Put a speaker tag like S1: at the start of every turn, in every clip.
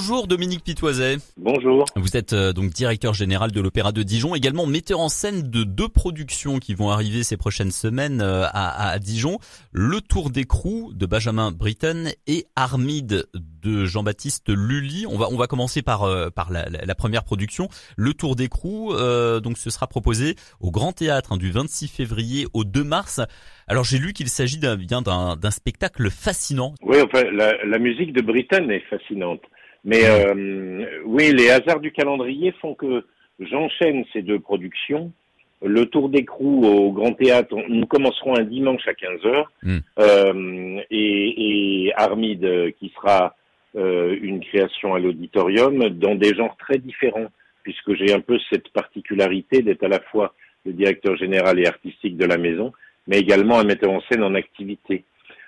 S1: Bonjour Dominique Pitoiset.
S2: Bonjour.
S1: Vous êtes donc directeur général de l'Opéra de Dijon, également metteur en scène de 2 productions qui vont arriver ces prochaines semaines à Dijon. Le Tour d'écrou de Benjamin Britten et Armide de Jean-Baptiste Lully. On va commencer par la première production. Le Tour d'écrou, donc ce sera proposé au Grand Théâtre du 26 février au 2 mars. Alors j'ai lu qu'il s'agit d'un spectacle fascinant.
S2: Oui, enfin la musique de Britten est fascinante. Mais oui, les hasards du calendrier font que j'enchaîne ces 2 productions. Le Tour d'écrou au Grand Théâtre, nous commencerons un dimanche à 15h. Et Armide qui sera une création à l'auditorium dans des genres très différents, puisque j'ai un peu cette particularité d'être à la fois le directeur général et artistique de la maison, mais également un metteur en scène en activité.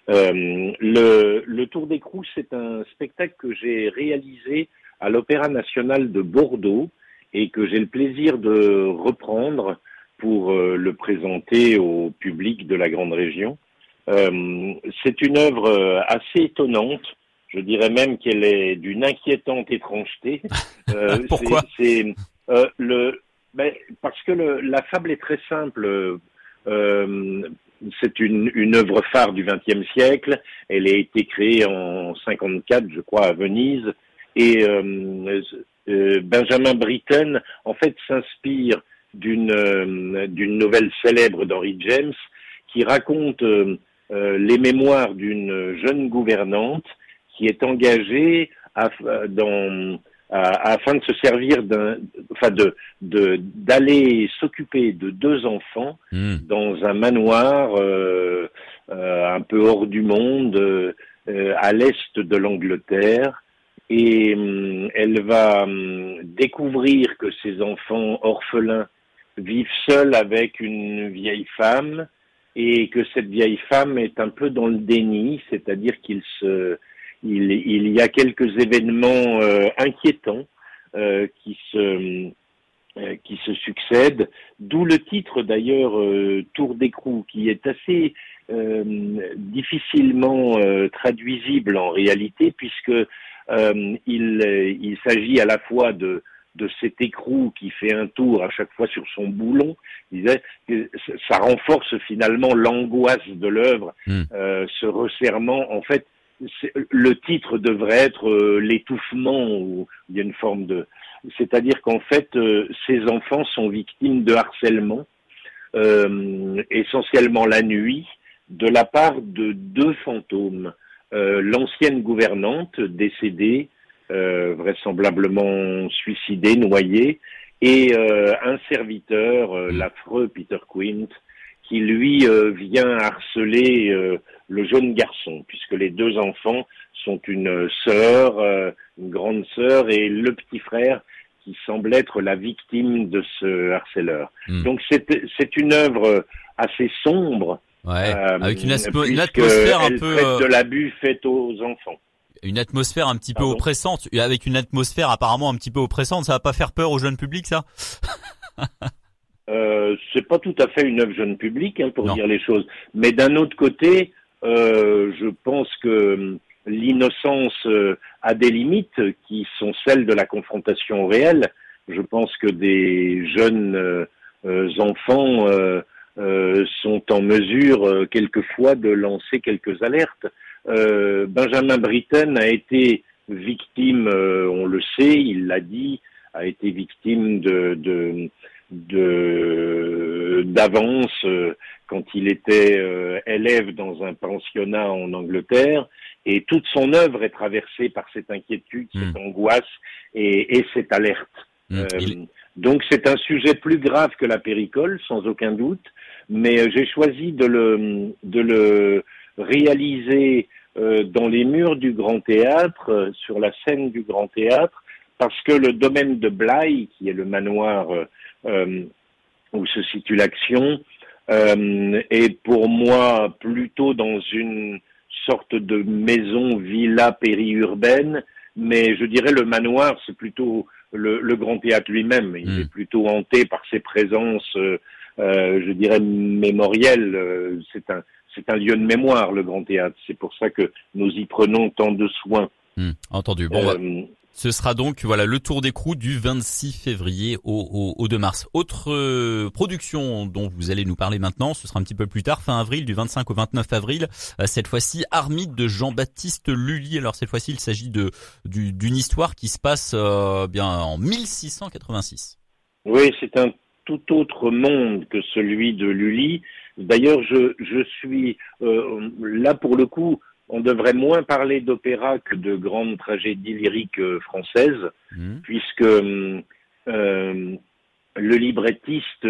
S2: Le Tour d'écrou, c'est un spectacle que j'ai réalisé à l'Opéra national de Bordeaux et que j'ai le plaisir de reprendre pour le présenter au public de la grande région. C'est une œuvre assez étonnante. Je dirais même qu'elle est d'une inquiétante étrangeté.
S1: Pourquoi ?
S2: Parce que la fable est très simple. C'est une œuvre phare du XXe siècle. Elle a été créée en 54, je crois, à Venise. Et Benjamin Britten, en fait, s'inspire d'une nouvelle célèbre d'Henry James qui raconte les mémoires d'une jeune gouvernante qui est engagée afin de se servir d'aller s'occuper de 2 enfants dans un manoir un peu hors du monde à l'est de l'Angleterre, et elle va découvrir que ces enfants orphelins vivent seuls avec une vieille femme et que cette vieille femme est un peu dans le déni, c'est-à-dire qu'il y a quelques événements inquiétants qui se succèdent, d'où le titre d'ailleurs Tour d'écrou, qui est assez difficilement traduisible en réalité, puisque il s'agit à la fois de cet écrou qui fait un tour à chaque fois sur son boulon. Il disait que ça renforce finalement l'angoisse de l'œuvre, ce resserrement. En fait, le titre devrait être l'étouffement, ou il y a une forme de... C'est-à-dire qu'en fait, ces enfants sont victimes de harcèlement, essentiellement la nuit, de la part de 2 fantômes. L'ancienne gouvernante décédée, vraisemblablement suicidée, noyée, et un serviteur, l'affreux Peter Quint, qui lui vient harceler le jeune garçon, puisque les 2 enfants sont une sœur, une grande sœur, et le petit frère qui semble être la victime de ce harceleur. Donc c'est une œuvre assez sombre,
S1: avec une atmosphère un peu
S2: traite de l'abus fait aux enfants.
S1: Une atmosphère un petit peu oppressante, avec une atmosphère apparemment un petit peu oppressante. Ça va pas faire peur au jeune public, ça?
S2: C'est pas tout à fait une œuvre jeune public, pour dire les choses. Mais d'un autre côté, je pense que l'innocence a des limites qui sont celles de la confrontation réelle. Je pense que des jeunes enfants sont en mesure quelquefois de lancer quelques alertes. Benjamin Britten a été victime, on le sait, il l'a dit, a été victime d'avance quand il était élève dans un pensionnat en Angleterre, et toute son œuvre est traversée par cette inquiétude, cette angoisse et cette alerte. Donc c'est un sujet plus grave que la péricole, sans aucun doute, mais j'ai choisi de le réaliser dans les murs du Grand Théâtre, sur la scène du Grand Théâtre, parce que le domaine de Blaye, qui est le manoir où se situe l'action, est pour moi plutôt dans une sorte de maison villa périurbaine, mais je dirais le manoir, c'est plutôt le Grand Théâtre lui-même. Il est plutôt hanté par ses présences, je dirais mémorielles. C'est un lieu de mémoire, le Grand Théâtre. C'est pour ça que nous y prenons tant de soin.
S1: Entendu. Ce sera donc le Tour d'écrou du 26 février au 2 mars. Autre production dont vous allez nous parler maintenant, ce sera un petit peu plus tard, fin avril, du 25 au 29 avril. Cette fois-ci, Armide de Jean-Baptiste Lully. Alors cette fois-ci, il s'agit d'une histoire qui se passe en 1686.
S2: Oui, c'est un tout autre monde que celui de Lully. D'ailleurs, je suis là pour le coup. On devrait moins parler d'opéra que de grandes tragédies lyriques françaises, puisque le librettiste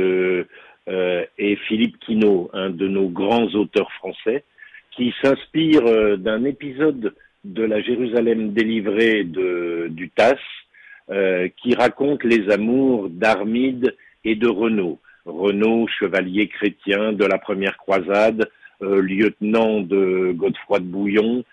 S2: est Philippe Quinault, un de nos grands auteurs français, qui s'inspire d'un épisode de la Jérusalem délivrée du Tasse, qui raconte les amours d'Armide et de Renaud. Renaud, chevalier chrétien de la première croisade, lieutenant de Godefroy de Bouillon,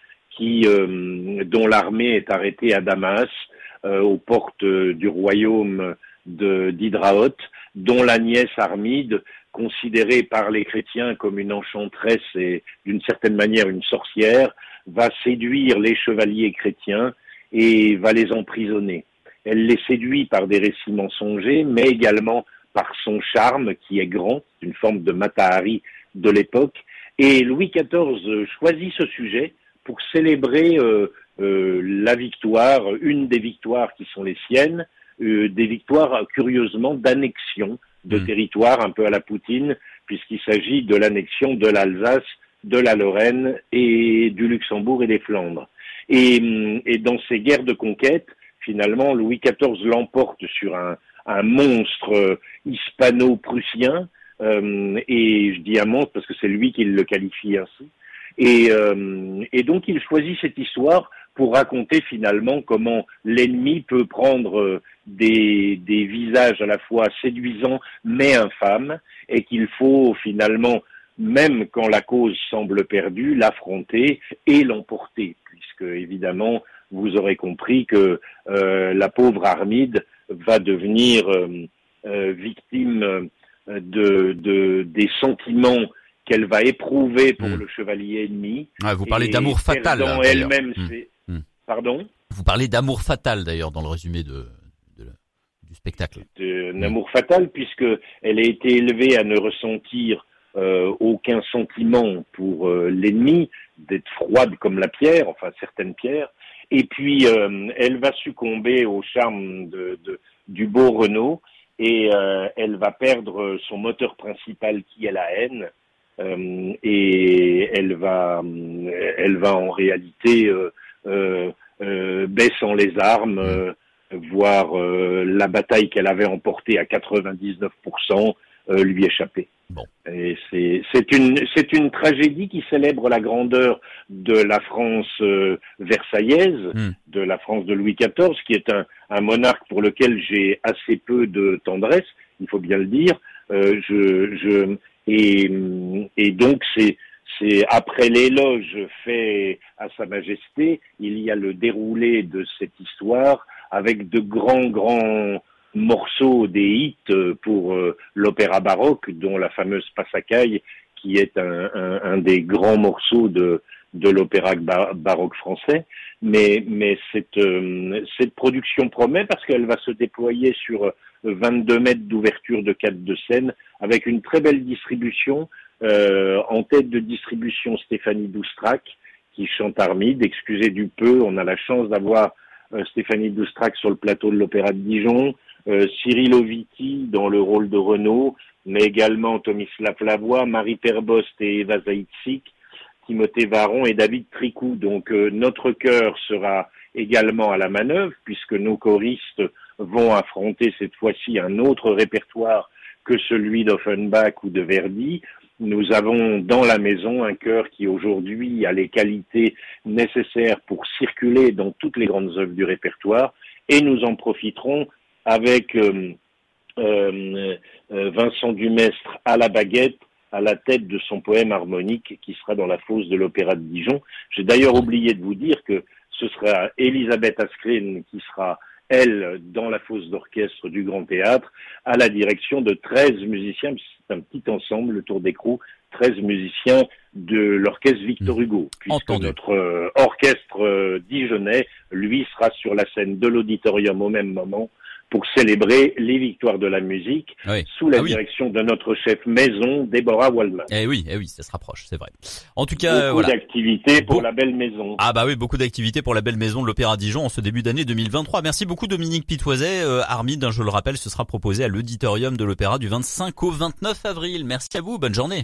S2: dont l'armée est arrêtée à Damas, aux portes du royaume d'Hydraote, dont la nièce Armide, considérée par les chrétiens comme une enchanteresse et d'une certaine manière une sorcière, va séduire les chevaliers chrétiens et va les emprisonner. Elle les séduit par des récits mensongers, mais également par son charme qui est grand, une forme de Mata Hari de l'époque. Et Louis XIV choisit ce sujet pour célébrer la victoire, une des victoires qui sont les siennes, des victoires curieusement d'annexion de territoire un peu à la Poutine, puisqu'il s'agit de l'annexion de l'Alsace, de la Lorraine et du Luxembourg et des Flandres. Et dans ces guerres de conquête, finalement, Louis XIV l'emporte sur un monstre hispano-prussien, et je dis un monstre parce que c'est lui qui le qualifie ainsi. Et donc il choisit cette histoire pour raconter finalement comment l'ennemi peut prendre des visages à la fois séduisants mais infâmes, et qu'il faut finalement, même quand la cause semble perdue, l'affronter et l'emporter, puisque évidemment vous aurez compris que la pauvre Armide va devenir victime des sentiments qu'elle va éprouver pour le chevalier ennemi.
S1: Ah, vous parlez d'amour fatal.
S2: Dans elle-même, Pardon ?
S1: Vous parlez d'amour fatal d'ailleurs dans le résumé du spectacle.
S2: C'est un amour fatal puisque elle a été élevée à ne ressentir aucun sentiment pour l'ennemi, d'être froide comme la pierre, enfin certaines pierres. Et puis elle va succomber au charme du beau Renaud. Et elle va perdre son moteur principal qui est la haine, et elle va en réalité baissant les armes, voir la bataille qu'elle avait emportée à 99% lui échapper.
S1: Bon.
S2: Et c'est une tragédie qui célèbre la grandeur de la France versaillaise, de la France de Louis XIV, qui est un monarque pour lequel j'ai assez peu de tendresse, il faut bien le dire. Et donc c'est après l'éloge fait à Sa Majesté, il y a le déroulé de cette histoire avec de grands morceaux des hits pour l'opéra baroque, dont la fameuse Passacaille, qui est un des grands morceaux de l'opéra baroque français. Mais cette production promet parce qu'elle va se déployer sur 22 mètres d'ouverture de cadre de scène avec une très belle distribution. En tête de distribution, Stéphanie Doustrac, qui chante Armide. Excusez du peu, on a la chance d'avoir Stéphanie Doustrac sur le plateau de l'Opéra de Dijon, Cyril Oviti dans le rôle de Renaud, mais également Tomislav Lavoie, Marie Perbost et Eva Zaïtsik, Timothée Varon et David Tricou. Donc notre chœur sera également à la manœuvre, puisque nos choristes vont affronter cette fois-ci un autre répertoire que celui d'Offenbach ou de Verdi. Nous avons dans la maison un chœur qui aujourd'hui a les qualités nécessaires pour circuler dans toutes les grandes œuvres du répertoire, et nous en profiterons avec Vincent Dumestre à la baguette, à la tête de son poème harmonique qui sera dans la fosse de l'Opéra de Dijon. J'ai d'ailleurs oublié de vous dire que ce sera Elisabeth Askreen qui sera, elle, dans la fosse d'orchestre du Grand Théâtre, à la direction de 13 musiciens. C'est un petit ensemble, le Tour d'écrou, 13 musiciens de l'orchestre Victor Hugo, puisque notre orchestre dijonnais, lui, sera sur la scène de l'auditorium au même moment pour célébrer les victoires de la musique sous la direction de notre chef maison, Déborah Waldman.
S1: Eh oui, ça se rapproche, c'est vrai. En tout cas,
S2: beaucoup d'activités pour la belle maison.
S1: Ah bah oui, beaucoup d'activités pour la belle maison de l'Opéra Dijon en ce début d'année 2023. Merci beaucoup Dominique Pitoiset. Armide, je le rappelle, ce sera proposé à l'auditorium de l'Opéra du 25 au 29 avril. Merci à vous, bonne journée.